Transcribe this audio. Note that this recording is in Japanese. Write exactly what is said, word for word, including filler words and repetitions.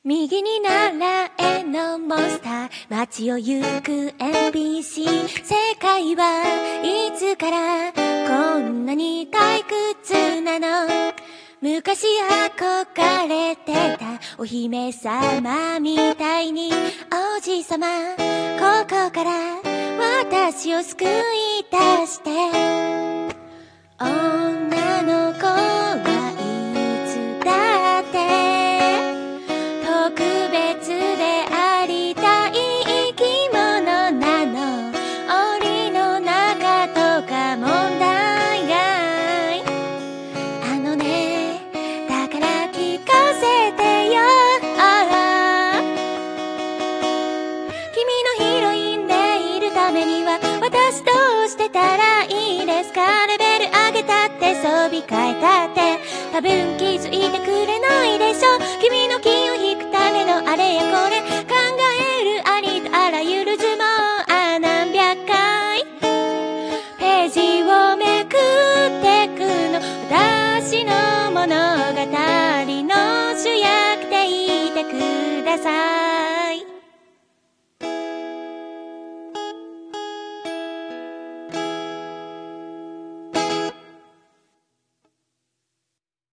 右に習えのモンスター、街を行く エヌピーシー。 世界はいつからこんなに退屈なの？昔憧れてたお姫様みたいに、王子様ここから私を救い出して。女の子はいつだって特別でありたい生き物なの。檻の中とか問題外。あのね、だから聞かせてよ。君のヒロインでいるためには私どうしてたらいいですか？レベル上げたって装備変えたって多分